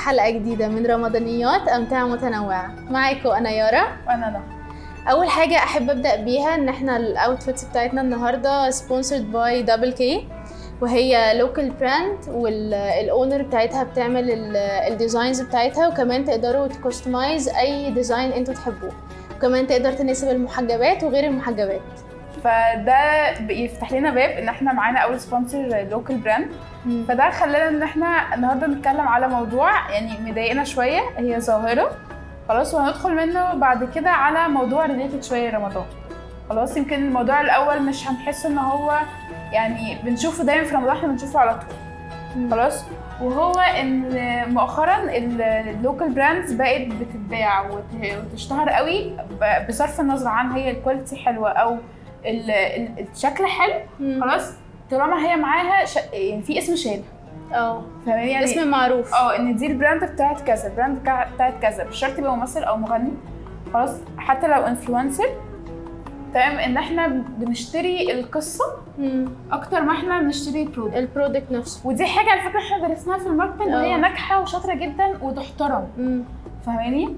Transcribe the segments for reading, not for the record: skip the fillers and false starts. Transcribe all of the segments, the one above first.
حلقة جديدة من رمضانيات أمتعة متنوعة. معاكم أنا يارا وأنا نهى. أول حاجة أحب أبدأ بيها إن إحنا الأوتفيتس بتاعتنا النهاردة sponsored by Double K، وهي local brand والأونر بتاعتها بتعمل الديزاينز بتاعتها، وكمان تقدروا تكستمايز أي ديزاين أنتوا تحبوه، وكمان تقدر تناسب المحجبات وغير المحجبات. فده بيفتح لنا باب ان احنا معانا اول سبونسر لوكال براند. فده خلانا ان احنا النهارده نتكلم على موضوع يعني مضايقنا شويه، هي ظاهره خلاص، وهندخل منه بعد كده على موضوع ريليتد شويه رمضان. خلاص يمكن الموضوع الاول مش هنحس ان هو يعني بنشوفه دايما في رمضان، احنا بنشوفه على طول خلاص، وهو ان مؤخرا اللوكال براندز بقت بتتباع وتشتهر قوي بصرف النظر عن هي الكواليتي حلوه او الشكل حلو. خلاص طالما هي معاها يعني في اسم شاد، يعني اسم معروف، ان دي البراند بتاعت كذا، البراند بتاعت كذا، مش شرط يبقى ممثل او مغني خلاص، حتى لو انفلونسر. تمام، ان احنا بنشتري القصه اكتر ما احنا بنشتري البرودكت نفسه. ودي حاجه على فكره احنا درسناها في الماركتنج وهي ناجحه وشاطره جدا وتحترم، فاهماني؟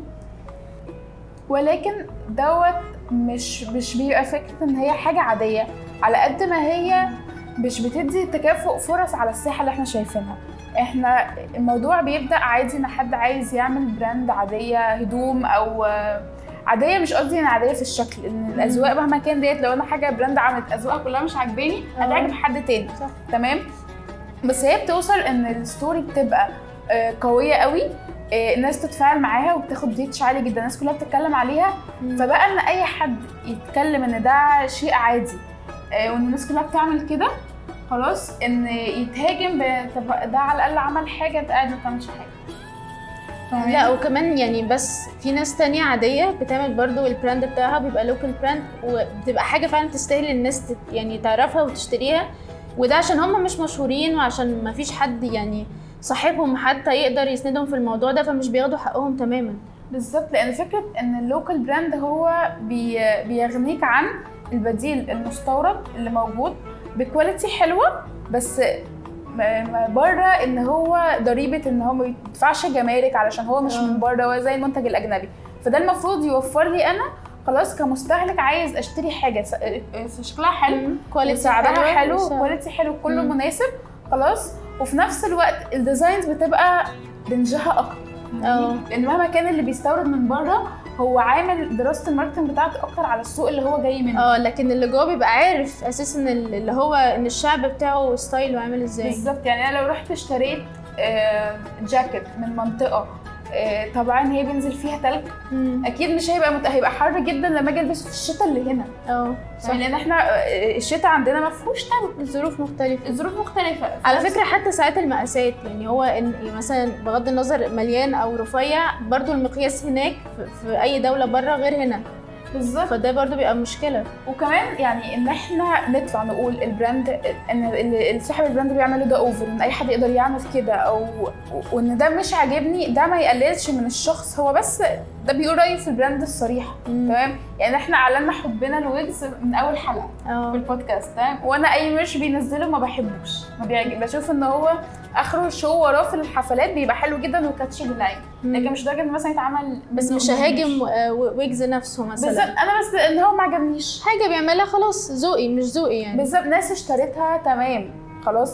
ولكن دوت مش بيبقى فكره ان هي حاجه عاديه، على قد ما هي مش بتدي تكافؤ فرص على الساحه اللي احنا شايفينها. احنا الموضوع بيبدا عادي ان حد عايز يعمل براند عاديه هدوم او عاديه، مش قصدي ان عاديه في الشكل، ان الاذواق مهما كان ديت، لو انا حاجه براند عملت اذواقها كلها مش عاجباني هتعجب حد تاني، تمام؟ بس هي بتوصل ان الستوري بتبقى قويه قوي، الناس تتفاعل معاها وبتاخد ريتش عالي جدا، الناس كلها بتتكلم عليها. فبقى ان اي حد يتكلم ان ده شيء عادي وان الناس كلها بتعمل كده، خلاص ان يتهاجم ده على الاقل عمل حاجه، انت قاعد ما بتعملش حاجه. لا وكمان يعني بس في ناس تانية عادية بتعمل برضو البراند بتاعها بيبقى لوكال براند، وبتبقى حاجة فعلا تستاهل الناس يعني تعرفها وتشتريها، وده عشان هم مش مشهورين وعشان ما فيش حد يعني صاحبهم حتى يقدر يسندهم في الموضوع ده، فمش بياخدوا حقهم تماما. بالظبط، لان فكرة ان اللوكال براند هو بيغنيك عن البديل المستورد اللي موجود بكواليتي حلوة، بس بره ان هو ضريبه ان هو ما بيدفعش جمارك عليشان هو مش من بره زي المنتج الاجنبي. فده المفروض يوفر لي انا خلاص كمستهلك عايز اشتري حاجه شكلها حلو، سعرها حلو، كواليتي حلو، كله مناسب خلاص، وفي نفس الوقت الديزاينز بتبقى بنجها اكتر، لان مهما كان اللي بيستورد من بره هو عامل دراسه الماركتنج بتاعته اكتر على السوق اللي هو جاي منه، لكن اللي جوه بيبقى عارف اساسا اللي هو ان الشعب بتاعه ستايله عامل ازاي. بالظبط، يعني انا لو رحت اشتريت جاكيت من منطقه طبعا هي بينزل فيها تلج، اكيد مش هيبقى حر جدا لما اجي البسه في الشتاء اللي هنا، صح، لان احنا الشتاء عندنا ما فيهوش تلج، الظروف مختلفه على فكره. حتى ساعات المقاسات يعني هو إن مثلا بغض النظر مليان او رفيع، برضو المقياس هناك في اي دوله بره غير هنا. بالظبط، فده برضو بيبقى مشكله. وكمان يعني ان احنا نطلع نقول البراند ان صاحب البراند بيعمله ده اوفر، ان اي حد يقدر يعمل كده، او وان ده مش عاجبني، ده ما يقللش من الشخص، هو بس ده بيقول رايه في البراند الصريح. تمام، يعني احنا اعلنا حبنا لويجز من اول حلقه في البودكاست، تمام، وانا اي مش بينزله ما بحبوش، ما بيعجب، بشوف ان هو اخره شو وراه في الحفلات بيبقى حلو جدا وكاتشي للعين، لكن مش درجه مثلا يتعمل، بس مش هاجم ويجز نفسه مثلا. بالظبط، انا بس ان هو ما عجبنيش حاجه بيعملها خلاص ذوقي مش ذوقي يعني. بالظبط، ناس اشتريتها تمام خلاص،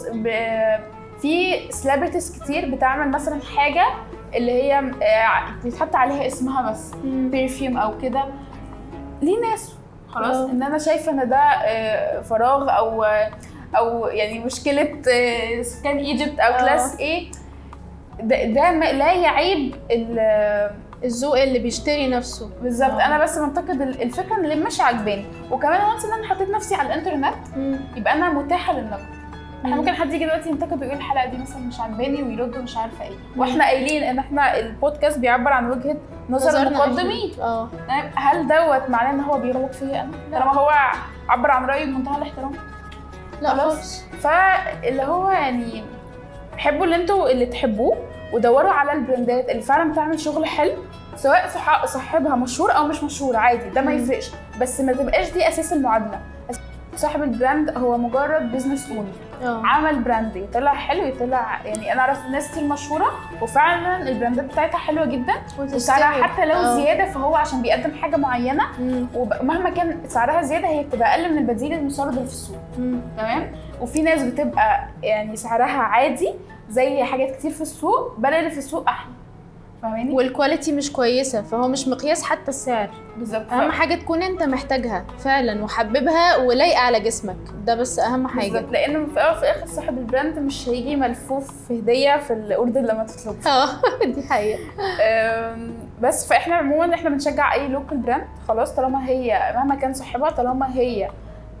في سيلبرتيز كتير بتعمل مثلا حاجه اللي هي بيتحط عليها اسمها بس بيرفيوم او كده، ليه ناس خلاص ان انا شايفه ان ده فراغ او يعني مشكله سكان ايجيبت او كلاس ايه، ده لا يعيب الذوق اللي بيشتري نفسه. بالظبط، انا بس بنتقد الفكره اللي مش عاجباني، وكمان وانس ان انا حطيت نفسي على الانترنت يبقى انا متاحه للنقد. احنا ممكن حد يجي دلوقتي ينتقد ويقول الحلقه دي مثلا مش عاجباني ويرد ومش عارفه ايه، واحنا قايلين ان احنا البودكاست بيعبر عن وجهه نظر المقدمين. هل دوت معناه ان هو بيغلط فيا انا طالما هو عبر عن رايه بمنتهى الاحترام؟ لا خالص. فاللي هو يعني حبوا اللي انتوا اللي تحبوه، ودوروا على البراندات اللي فعلا بتعمل شغل حلو، سواء صاحبها مشهور او مش مشهور عادي، ده ما يفرقش، بس ما تبقاش دي اساس المعادله. صاحب البراند هو مجرد بزنس اونر، عمل براند يطلع حلو، يطلع يعني انا اعرف ناس كتير مشهوره وفعلا البراندات بتاعتها حلوه جدا وسعرها حتى لو زياده فهو عشان بيقدم حاجه معينه ومهما كان سعرها زياده هي بتبقى اقل من البديل المستورد اللي في السوق. تمام. وفي ناس بتبقى يعني سعرها عادي زي حاجات كتير في السوق بل اللي في السوق احلى، فاهماني؟ والكواليتي مش كويسه فهو مش مقياس حتى السعر. بالظبط. اهم حاجه تكون انت محتاجها فعلا وحببها ولايقه على جسمك، ده بس اهم حاجه. بالظبط، لانه في الاول وفي الاخر صاحب البراند مش هيجي ملفوف في هديه في الاوردر لما تطلبه. دي حقيقه. بس فاحنا عموما احنا بنشجع اي لوكال براند خلاص طالما هي مهما كان صاحبها طالما هي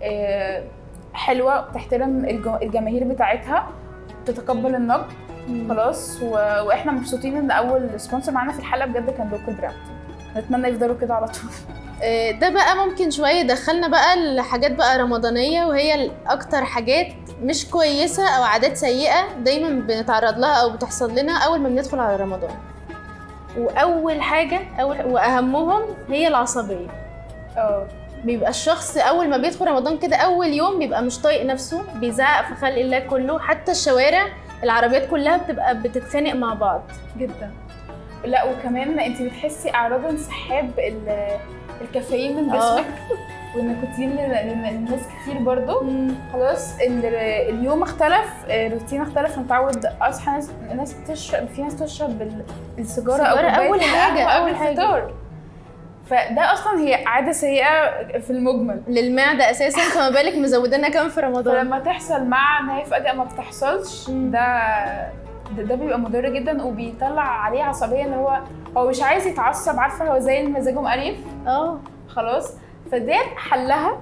حلوه بتحترم الجماهير بتاعتها تتقبل النقد خلاص. واحنا مبسوطين ان اول سبونسر معانا في الحلقه بجد كان لوكال براند، نتمنى يفضلوا كده على طول. ده بقى ممكن شويه دخلنا بقى الحاجات بقى رمضانيه، وهي اكتر حاجات مش كويسه او عادات سيئه دايما بنتعرض لها او بتحصل لنا اول ما بندخل على رمضان. واول حاجه واهمهم هي العصبيه. بيبقى الشخص اول ما بيدخل رمضان كده اول يوم بيبقى مش طايق نفسه، بيزعق في خلق الله كله، حتى الشوارع العربيات كلها بتبقى بتتخانق مع بعض جدا. لا وكمان انت بتحسي اعراض انسحاب الكافيين من جسمك والنيكوتين للناس كتير برضو. خلاص اليوم اختلف، الروتين اختلف، متعود اصحى ناس تشرب، في ناس تشرب السيجاره اول حاجه فده اصلا هي عاده سيئه في المجمل للمعده اساسا، فما بالك مزودنا كمان في رمضان. فلما تحصل مع ان هي فجاه ما بتحصلش ده بيبقى مضر جدا وبيطلع عليه عصبيه اللي هو مش عايز يتعصب، عارفه هو زي المزاجه مقريف. خلاص. فده حلها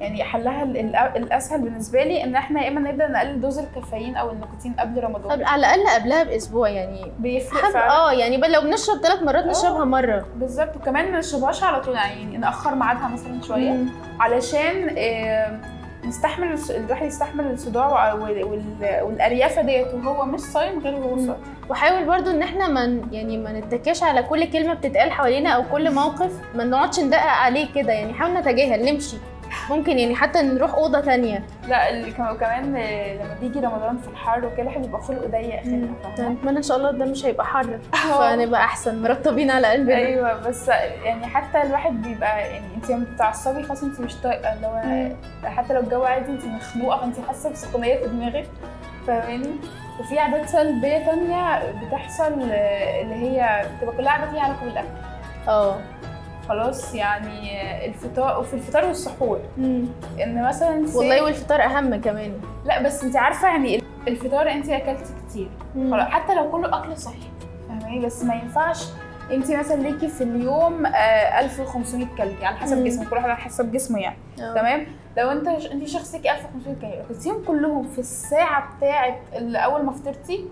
الاسهل بالنسبه لي ان احنا يا اما نبدا نقلل دوز الكافيين او النيكوتين قبل رمضان، على الاقل قبلها باسبوع يعني بيفرق فعلا. يعني لو بنشرب 3 مرات نشربها مره بالظبط. وكمان ما نشربهاش على طول يعني ناخر ميعادها مثلا شويه علشان نستحمل الواحد يستحمل الصداع والاريافه ديت وهو مش صايم غير وهو صايم. وحاول برضو ان احنا ما نتكاش على كل كلمه بتتقال حوالينا او كل موقف ما نقعدش ندقق عليه كده، يعني حاول نتجاهل نمشي، ممكن يعني حتى نروح اوضه ثانيه. لا كمان لما بيجي رمضان في الحر وكده الواحد بيبقى خلقه ضيق خلقه، نتمنى ان شاء الله ده مش هيبقى حر فنبقى احسن مرطبين على قلبنا. ايوه بس يعني حتى الواحد بيبقى يعني انت لما بتتعصبي خلاص انت مش طايقه اللي هو حتى لو الجو عادي انت مخنوقه فانت حاسه بسخونيه في دماغك، فاهماني؟ وفي عادات سلبيه ثانيه بتحصل اللي هي بتبقى كلها عادات ليها علاقه بالاكل. خلاص يعني الفطار، وفي الفطار والسحور ان مثلا والله والفطار اهم كمان. لا بس انت عارفه يعني الفطار انت اكلتي كتير خلاص حتى لو كله اكل صحي، فاهماني؟ بس ما ينفعش انت مثلا ليكي في اليوم 1500 كالوري على حسب جسمك، كل واحد على حسب جسمه يعني. تمام. لو انت شخص ليكي 1500 كالوري كلتيهم كلهم في الساعه بتاعه اول ما فطرتي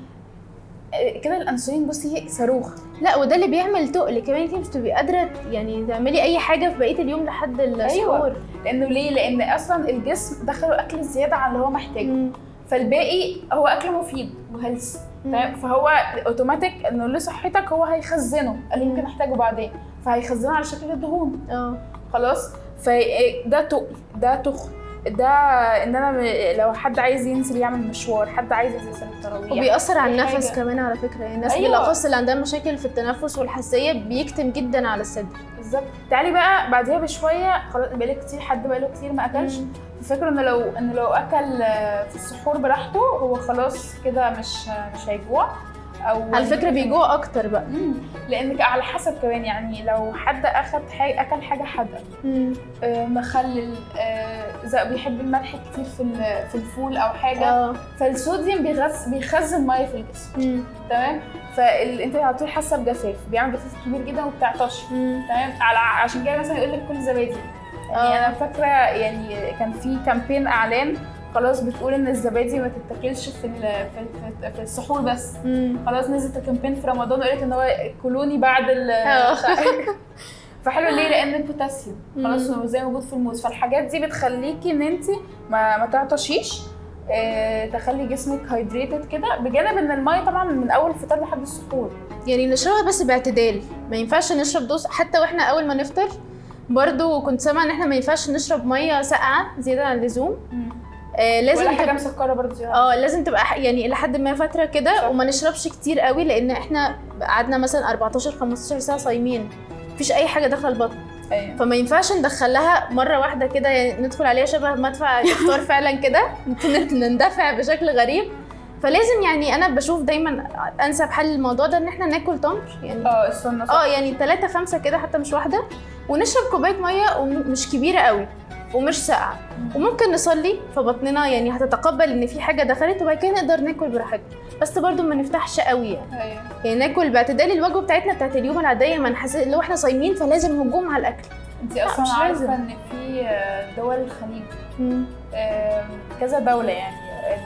كده الانسولين بصي صاروخ. لا وده اللي بيعمل تقل كمان، انت مش بتبقي قادره يعني تعملي اي حاجه في بقيه اليوم لحد السحور. لانه ليه؟ لان اصلا الجسم دخله اكل زياده عن اللي هو محتاجه، فالباقي هو اكل مفيد وهيلث. تمام. فهو اوتوماتيك انه لصحتك هو هيخزنه اللي يمكن احتاجه بعدين، فهيخزنه على شكل الدهون. خلاص. فده تقل، ده تخن، ده ان انا لو حد عايز ينزل يعمل مشوار، حد عايز يصلي التراويح، وبيأثر على النفس كمان على فكره. يعني الناس بالاخص اللي عندها مشاكل في التنفس والحساسيه بيكتم جدا على الصدر. بالظبط. تعالي بقى بعديها بشويه خلاص بقاله كتير، حد بقاله كتير ما اكلش، ففكره انه لو اكل في السحور براحته هو خلاص كده مش هيجوع، او على فكره بيجوع اكتر بقى. لانك على حسب كمان يعني لو حد اكل حاجه حادقه مخلل بيحب الملح كتير في الفول او حاجه فالصوديوم بيخزن ميه في الجسم. تمام. فانت على طول حاسه بجفاف، بيعمل جفاف كبير جدا وبتعطش. تمام. عشان كده مثلا يقول لك كل زبادي. يعني انا فاكره يعني كان في كامبين اعلان خلاص بتقول ان الزبادي ما تتاكلش في السحور بس. خلاص نزلت الكامبين في رمضان وقالت ان هو كلوني بعد فحلو ليه؟ لان البوتاسيوم خلاص زي موجود في الموز، فالحاجات دي بتخليكي ان انت ما تعطشيش، تخلي جسمك هايدريتد كده، بجانب ان الميه طبعا من اول الفطار لحد السحور يعني نشربها بس باعتدال، ما ينفعش نشرب دوز حتى واحنا اول ما نفطر برضو كنت سامعه ان احنا ما ينفعش نشرب ميه ساقعه زياده عن اللزوم. لازم ولا حاجه مسكره برضو لازم تبقى يعني لحد ما فتره كده، وما نشربش كتير قوي، لان احنا قعدنا مثلا 14 15 ساعه صايمين، مفيش اي حاجه داخله البطن. أيوة. فما ينفعش ندخلها مره واحده كده، يعني ندخل عليها شبه مدفع الافطار فعلا كده نندفع بشكل غريب. فلازم يعني انا بشوف دايما انسب حل للموضوع ده ان احنا ناكل تمر، يعني السنه يعني 3 5 كده حتى مش واحده، ونشرب كوبايه ميه ومش كبيره قوي ومش ساقعه، وممكن نصلي فبطننا يعني هتتقبل ان في حاجه دخلت، وبعد كده نقدر ناكل براحتنا، بس برضو ما نفتحش قوي يعني. يعني ناكل باعتدال الوجبه بتاعتنا بتاعت اليوم العاديه، ما نحس اللي احنا صايمين فلازم هجوم على الاكل. انت اصلا عارفه ان في دول الخليج كذا دوله يعني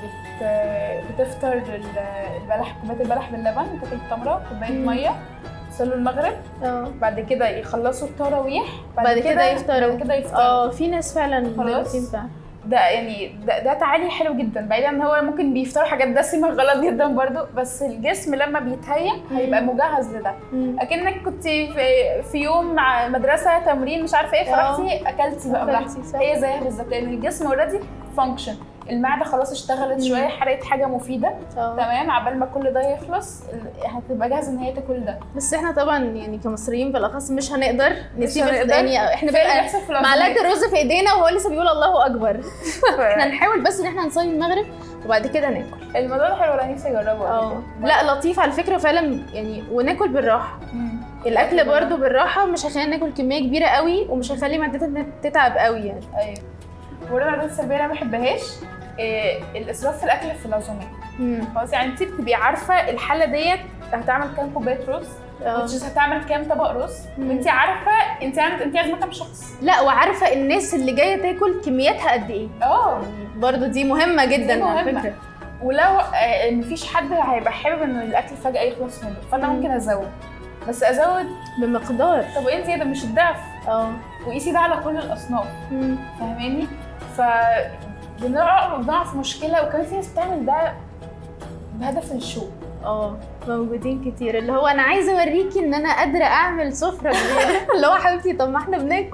بتفطر البلح، كوبايه البلح باللبن، وتاكل تمره، كوبايه ميه، يصلوا المغرب، بعد كده يخلصوا التراويح، بعد كده يفطروا. في ناس فعلا بتنفع ده، يعني ده تعالي حلو جدا، بعيدا ان هو ممكن بيفطروا حاجات دسمه غلط جدا برضو، بس الجسم لما بيتهيأ هيبقى مجهز لده. اكنك كنت في يوم مع مدرسه تمرين مش عارفه ايه، فرحتي اكلتي بقى براحتك، هي زيها بالظبط، لان الجسم اوريدي فانكشن، المعده خلاص اشتغلت شويه، حرقت حاجه مفيده، تمام، عبال ما كل ده يخلص هتبقى جاهزه ان هي تاكل ده. بس احنا طبعا يعني كمصريين بالاخص مش هنقدر نسيب يعني احنا بقى معلقه الرز في ايدينا وهو لسه بيقول الله اكبر. احنا نحاول بس ان احنا نصلي المغرب وبعد كده ناكل. الموضوع ده حلو، انا نفسي اجربه. لا لطيف على فكره فعلا يعني، وناكل بالراحه. الاكل برضو بالراحه مش هيخلينا ناكل كميه كبيره قوي، ومش هيخلي معدتنا تتعب قوي يعني. ايوه. والعادات السلبيه اللي انا ما بحبهاش الاسراف في الاكل في العزومات. خلاص يعني انت بتبقي عارفه الحله ديت هتعمل كام كوبايه رز، مش هتعمل كام طبق رز، وانت عارفه انت عايزه كام شخص. لا وعارفه الناس اللي جايه تاكل كمياتها قد ايه. برضو دي مهمه جدا على فكره. ولو مفيش حد هيبقى حابب ان الاكل فجاه يخلص منه، فانا ممكن ازود، بس ازود بمقدار. طب وايه زياده مش الضعف. وقيسي ده على كل الاصناف. فاهماني؟ بنقع في مشكله، وكمان في ناس بتعمل ده بهدف الشو. موجودين كتير، اللي هو انا عايزه اوريكي ان انا قادره اعمل سفره كبيره. اللي هو حبيبتي طب ما احنا بناكل.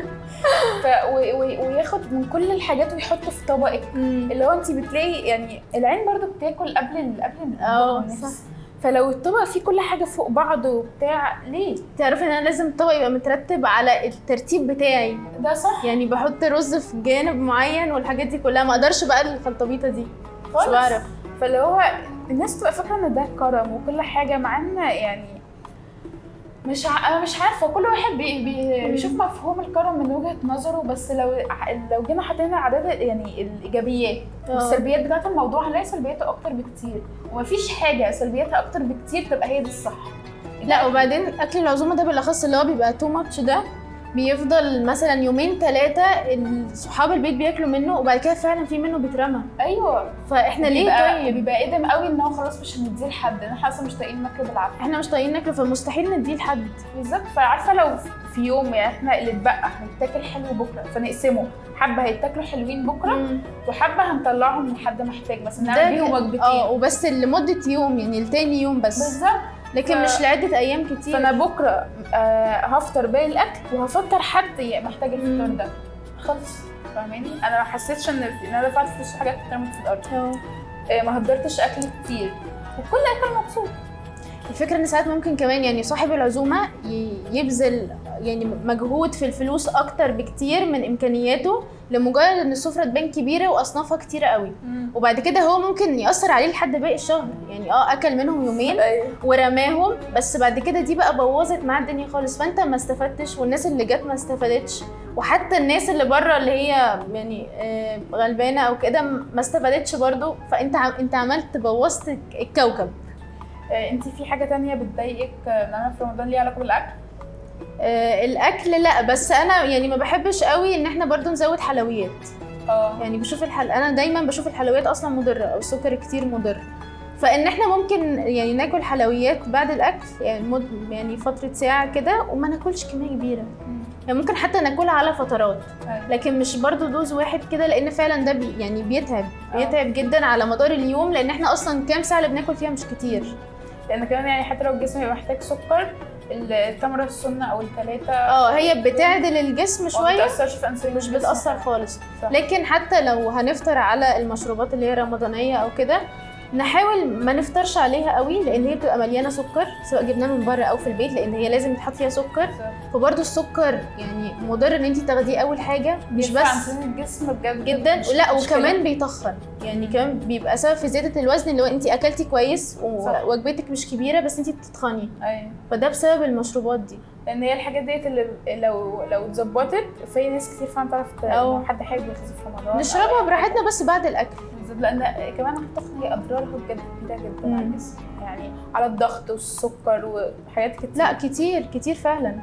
وياخد من كل الحاجات ويحطه في طبقك. اللي هو انت بتلاقي يعني العين برضو بتاكل قبل النفس. فلو الطبق فيه كل حاجه فوق بعض وبتاع، ليه؟ تعرفي ان انا لازم الطبق يبقى مترتب على الترتيب بتاعي. ده صح. يعني بحط رز في جانب معين والحاجات دي كلها، ما اقدرش بقى الخلطبيطه دي خالص. مش بعرف. فاللي هو الناس تبقى فاكره ان ده كرم وكل حاجه، مع ان يعني مش عارفه، كل واحد بيشوف مفهوم الكرم من وجهه نظره. بس لو جينا حطينا عادات يعني الايجابيات والسلبيات بتاعه الموضوع، هنلاقي سلبياته اكتر بكتير، ومفيش حاجه سلبياتها اكتر بكتير تبقى هي دي الصح. لا وبعدين اكل العزومه ده بالاخص اللي هو بيبقى تو ماتش، ده بيفضل مثلا 2 3 صحاب البيت بياكلوا منه، وبعد كده فعلا في منه بيترمى. ايوه. فاحنا ليه طيب بيبقى قدم قوي ان هو خلاص مش هنديه لحد، احنا اصلا مش طايقين ناكله بالعافيه، احنا مش طايقين ناكله، فمستحيل نديه لحد. بالظبط. فعارفه لو في يوم يعني احنا اللي اتبقى هيتاكل حلو بكره، فنقسمه، حبه هيتاكلوا حلوين بكره وحبه هنطلعهم لحد محتاج، بس نعمل بيهم وجبتين وبس لمده يوم، يعني لتاني يوم بس. بالظبط. لكن مش لعده ايام كتير. فانا بكره هفطر باقي الاكل وهفطر حد محتاج الفطار ده، خلص. فاهماني؟ انا ما حسيتش ان انا دفعت فلوس في حاجات اترمت في الارض. ما هدرتش اكل كتير، والكل اكل مبسوط. الفكره ان ساعات ممكن كمان يعني صاحب العزومه يبذل يعني مجهود في الفلوس اكتر بكتير من امكانياته، لمجرد ان السفره تبان كبيره واصنافها كتيره قوي. وبعد كده هو ممكن ياثر عليه لحد باقي الشهر، يعني اكل منهم يومين ورماهم، بس بعد كده دي بقى بوظت معاه الدنيا خالص، فانت ما استفدتش والناس اللي جت ما استفادتش، وحتى الناس اللي بره اللي هي يعني غلبانه او كده ما استفادتش برضو، فانت عملت بوظت الكوكب. انت في حاجه تانية بتضايقك نعملها في رمضان ليها علاقه بالاكل؟ الاكل لا، بس انا يعني ما بحبش قوي ان احنا برضو نزود حلويات. يعني بشوف انا دايما بشوف الحلويات اصلا مضره، او السكر كتير مضر، فان احنا ممكن يعني ناكل حلويات بعد الاكل يعني فتره ساعه كده، وما ناكلش كميه كبيره. يعني ممكن حتى ناكلها على فترات، لكن مش برضو دوز واحد كده، لان فعلا ده يعني بيتعب جدا على مدار اليوم، لان احنا اصلا كام ساعه اللي بناكل فيها مش كتير. لان كمان يعني حتى لو الجسم يبقى محتاج سكر، التمره السنه او الثلاثه هي بتعدل الجسم شويه، ما بتاثرش في انسولين، مش بتاثر خالص. لكن حتى لو هنفطر على المشروبات اللي هي رمضانيه او كده، نحاول ما نفطرش عليها قوي، لان هي بتبقى مليانه سكر سواء جبناها من بره او في البيت، لان هي لازم يتحط فيها سكر. فبرضه السكر يعني مضر ان انت تاخديه اول حاجه، مش بس الجسم بجد جدا، لا وكمان بيتخن، يعني كمان بيبقى سبب في زياده الوزن، اللي هو انت اكلتي كويس ووجبتك مش كبيره بس انت بتتخني. ايوه، فده بسبب المشروبات دي، لان هي الحاجات ديت اللي لو اتظبطت في ناس كتير فعلا تعرف لو حد حابب يخس في رمضان نشربها براحتنا بس بعد الاكل، لان كمان التخن هي اضرارها بجد كتير جدا على الجسم، يعني على الضغط والسكر وحاجات كتير. لا كتير فعلا.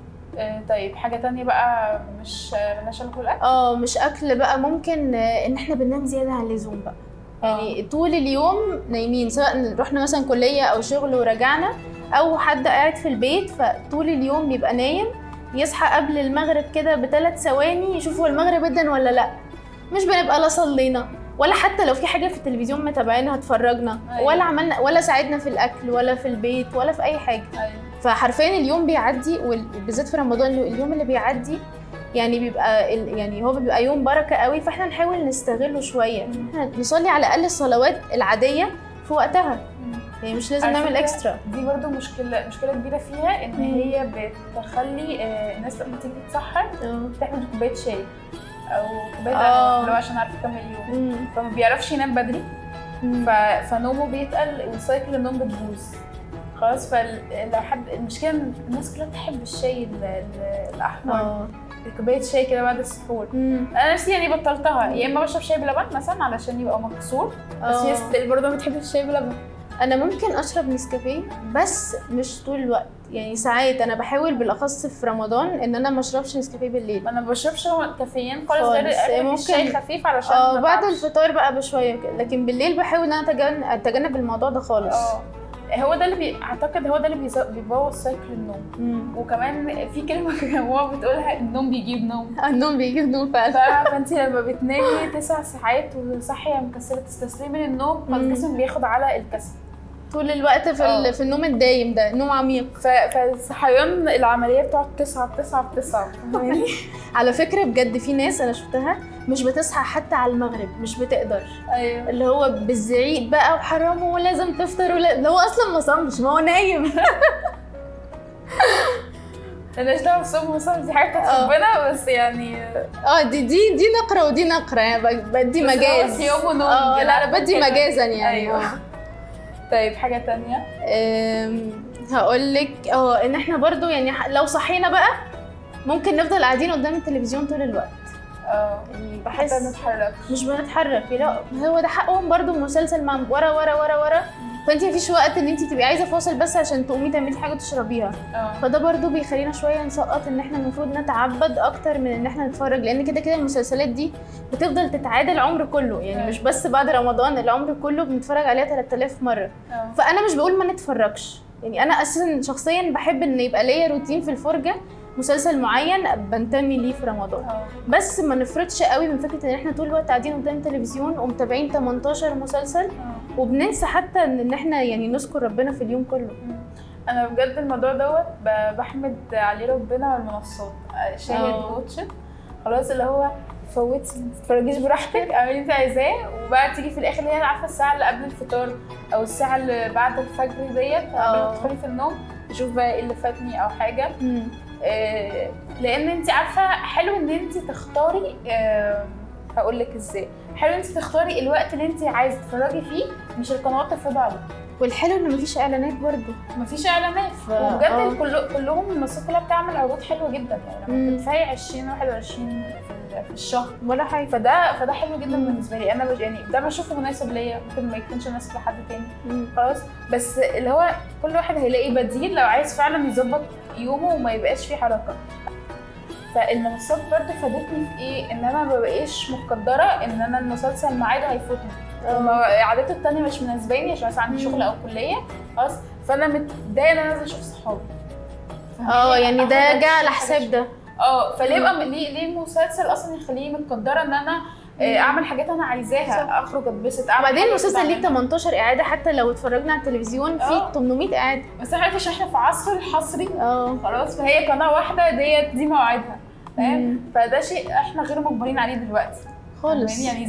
طيب حاجه تانية بقى مش مالهاش علاقه بالاكل؟ مش اكل بقى، ممكن ان احنا بننام زياده عن اللزوم بقى، يعني طول اليوم نايمين، سواء رحنا مثلا كليه او شغل ورجعنا، او حد قاعد في البيت فطول اليوم بيبقى نايم، يصحى قبل المغرب كده ب3 ثواني يشوف هو المغرب ادن ولا لا، مش بنبقى لا صلينا ولا حتى لو في حاجه في التلفزيون متابعينها اتفرجنا. أيوة. ولا عملنا ولا ساعدنا في الاكل ولا في البيت ولا في اي حاجه. أيوة. فحرفيا اليوم بيعدي، وبالذات في رمضان اليوم اللي بيعدي يعني بيبقى يعني هو بيبقى يوم بركه قوي، فاحنا نحاول نستغله شويه، احنا نصلي على الاقل الصلوات العاديه في وقتها، يعني مش لازم نعمل اكسترا. دي برضو مشكله كبيره فيها، ان هي بتخلي الناس لما تيجي تتسحر تحمل كوبايه شاي او كوبايه قهوه لو عشان عارف يكمل اليوم، فما بيعرفش ينام بدري، فنومه بيتقل وسايكل النوم بتبوظ خلاص. فلو حد المشكله ان الناس كلها بتحب الشاي الاحمر، كوبايه شاي كده بعد السحور. انا نفسي يعني بطلتها، يا اما بشرب شاي بلبن مثلا علشان يبقى مكسور، بس هي ستيل برضه ما بتحبش الشاي بلبن. انا ممكن اشرب نسكافيه بس مش طول الوقت، يعني ساعات انا بحاول بالاخص في رمضان ان انا ما اشربش نسكافيه بالليل. انا ما بشربش كافيين خالص غير ممكن الشاي خفيف علشان بعد الفطار بقى بشويه كده، لكن بالليل بحاول ان انا اتجنب الموضوع ده خالص. هو ده اللي اعتقد هو ده اللي بيبوظ سايكل النوم. وكمان في كلمه ماما بتقولها، النوم بيجيب نوم. النوم بيجيب نوم فعلا. فانت لما بتنامي 9 ساعات وصاحيه مكسله تستسلمي من النوم، فالجسم بياخد على الكسل طول الوقت في النوم الدايم ده، نوم عميق. فالصحيان العمليه بتقعد 9 فاهماني؟ على فكره بجد في ناس انا شفتها مش بتصحى حتى على المغرب، مش بتقدر. ايوه، اللي هو بالزعيق بقى وحرام ولازم تفطر اللي هو اصلا ما صامش، ما هو نايم. مالناش دعوه بالصوم والصوم، دي حاجه بتاعت ربنا، بس يعني دي نقره ودي نقره، يعني بدي مجاز يوم ونوم. لا انا بدي مجازا يعني. أيوة. طيب حاجه تانية هقول لك ان احنا برضو يعني لو صحينا بقى ممكن نفضل قاعدين قدام التلفزيون طول الوقت. يعني بحس مش بنتحرك. لا هو ده حقهم برضو، مسلسل مع ورا ورا ورا ورا، فانت مفيش وقت ان انت تبقي عايزه فاصل بس عشان تقومي تعملي حاجه تشربيها. فده برضو بيخلينا شويه نسقط ان احنا المفروض نتعبد اكتر من ان احنا نتفرج، لان كده المسلسلات دي بتفضل تتعاد العمر كله، يعني مش بس بعد رمضان، العمر كله بنتفرج عليها 3000 مره. فانا مش بقول ما نتفرجش، يعني انا اساسا شخصيا بحب ان يبقى ليا روتين في الفرجه، مسلسل معين بنتمي ليه في رمضان. بس ما نفرطش قوي من فكره ان احنا طول الوقت قاعدين قدام التلفزيون ومتابعين 18 مسلسل وبننسى حتى ان احنا يعني نذكر ربنا في اليوم كله. انا بجد الموضوع دوت بحمد عليه ربنا والمنصات، شاهد وواتشت خلاص، اللي هو فوتي ما تتفرجيش براحتك، اعملي اللي انت عايزاه، وبقى تيجي في الاخر اللي هي عارفه الساعه اللي قبل الفطار او الساعه اللي بعد الفجر ديت قبل ما تدخلي في النوم، تشوف بقى ايه اللي فاتني او حاجه. لان انت عارفه حلو ان انت تختاري، هقول لك ازاي، حلو انت تختاري الوقت اللي انت عايزه تتفرجي فيه، مش القنوات تفرض عليك. والحلو ان مفيش اعلانات برضه، مفيش اعلانات، وبجد كلهم المنصات كلها بتعمل عروض حلوه جدا، يعني لما تدفعي 20-21 في الشهر ولا حاجه، فده حلو جدا بالنسبه لي. انا يعني ده بشوفه مناسب ليا، ممكن ما يكونش مناسب لحد تاني خلاص، بس اللي هو كل واحد هيلاقي بديل لو عايز فعلا يظبط يومه وما يبقاش فيه حركه. فالمنصات برضه فادتني في ايه، ان انا ما بقيش مقدره ان انا المسلسل ميعاده هيفوتني، عادته التانية مش مناسباني عشان مثلا عندي شغل او كليه خلاص، فانا متضايقه ان انا نازله اشوف صحابي. يعني ده جه على حساب ده. فليه بقى ليه المسلسل اصلا يخليني متقدره ان انا اعمل حاجات انا عايزاها، اخرج اتبسط، اعمل. بعدين المسلسل ليه 18 اعاده، حتى لو اتفرجنا على التلفزيون في 800 اعاده. بس احنا عشان احنا في عصر الحصري خلاص، فهي قناه واحده دي موعدها، فاهم؟ فده شيء احنا غير مجبرين عليه دلوقتي خالص. يعني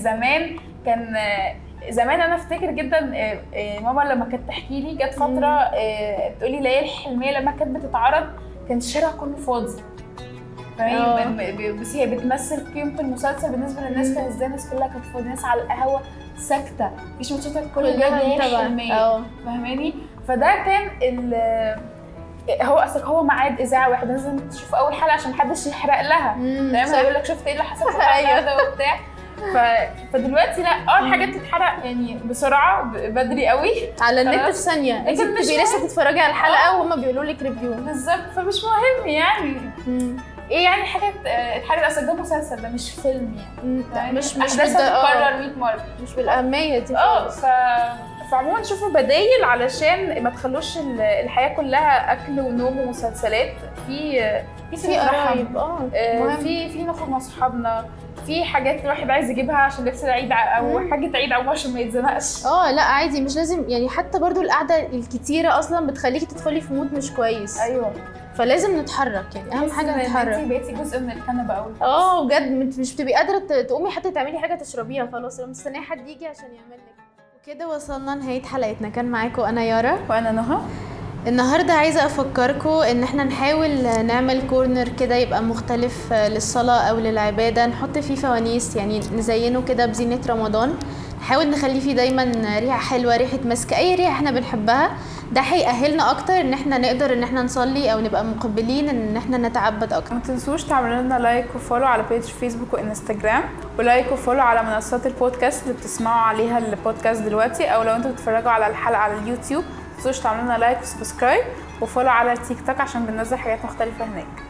زمان انا افتكر جدا ماما لما كانت تحكي لي، جت فتره بتقولي ليالي الحلميه لما كانت بتتعرض كان الشارع كله فاضي، بس هي بتمثل قيمه المسلسل بالنسبه للناس. كان ازاي الناس كلها كانت فاضيه، الناس على القهوه ساكته، مفيش ماتشات، كله جاي ليالي الحلميه، فاهماني؟ فده كان هو اصلا هو ميعاد اذاعه واحد، لازم تشوف اول حلقه عشان محدش يحرق لها، تمام؟ هيقول لك شفت ايه اللي حصل في الحلقه ده وبتاع. فدلوقتي لا، الحاجات تتحرق يعني بسرعه بدري قوي على النت في ثانيه، انت بتبقي لسه بتتفرجي على الحلقه وهما بيقولوا لك ريفيو بالظبط. فمش مهم يعني ايه يعني حاجات اتحرق، اصل ده مسلسل، ده مش فيلم يعني مش بتتكرر 100 مره، مش بالاهميه دي خالص. فعموما شوفوا بدايل علشان ما تخلوش الحياه كلها اكل ونوم ومسلسلات. في قرايب في نخرج مع صحابنا، في حاجات الواحد عايز يجيبها عشان لبس العيد او حاجه عيد او عشان ما يتزنقش. لا عادي، مش لازم يعني. حتى برضو القعده الكتيره اصلا بتخليكي تدخلي في مود مش كويس. ايوه، فلازم نتحرك يعني، اهم حاجه نتحرك. انتي بقيتي جزء من الكنبه قوي. بجد مش بتبقي قادره تقومي حتى تعملي حاجه تشربيها، خلاص مستنيه حد يجي عشان يعمل لك. وكده وصلنا لنهايه حلقتنا. كان معاكم انا يارا وانا نهى. النهارده عايزه افكركم ان احنا نحاول نعمل كورنر كده يبقى مختلف للصلاه او للعباده، نحط فيه فوانيس يعني، نزينه كده بزينه رمضان، نحاول نخليه فيه دايما ريحه حلوه، ريحه مسك، اي ريحه احنا بنحبها. ده هيأهلنا اكتر ان احنا نقدر ان احنا نصلي او نبقى مقبلين ان احنا نتعبد اكتر. ما تنسوش تعملوا لنا لايك وفولو على بيج فيسبوك وانستجرام، ولايك وفولو على منصات البودكاست اللي بتسمعوا عليها البودكاست دلوقتي، او لو انتوا بتتفرجوا على الحلقه على اليوتيوب ما تنسوش تعملوا لنا لايك وسبسكرايب وفولو على التيك توك عشان بننزل حاجات مختلفه هناك.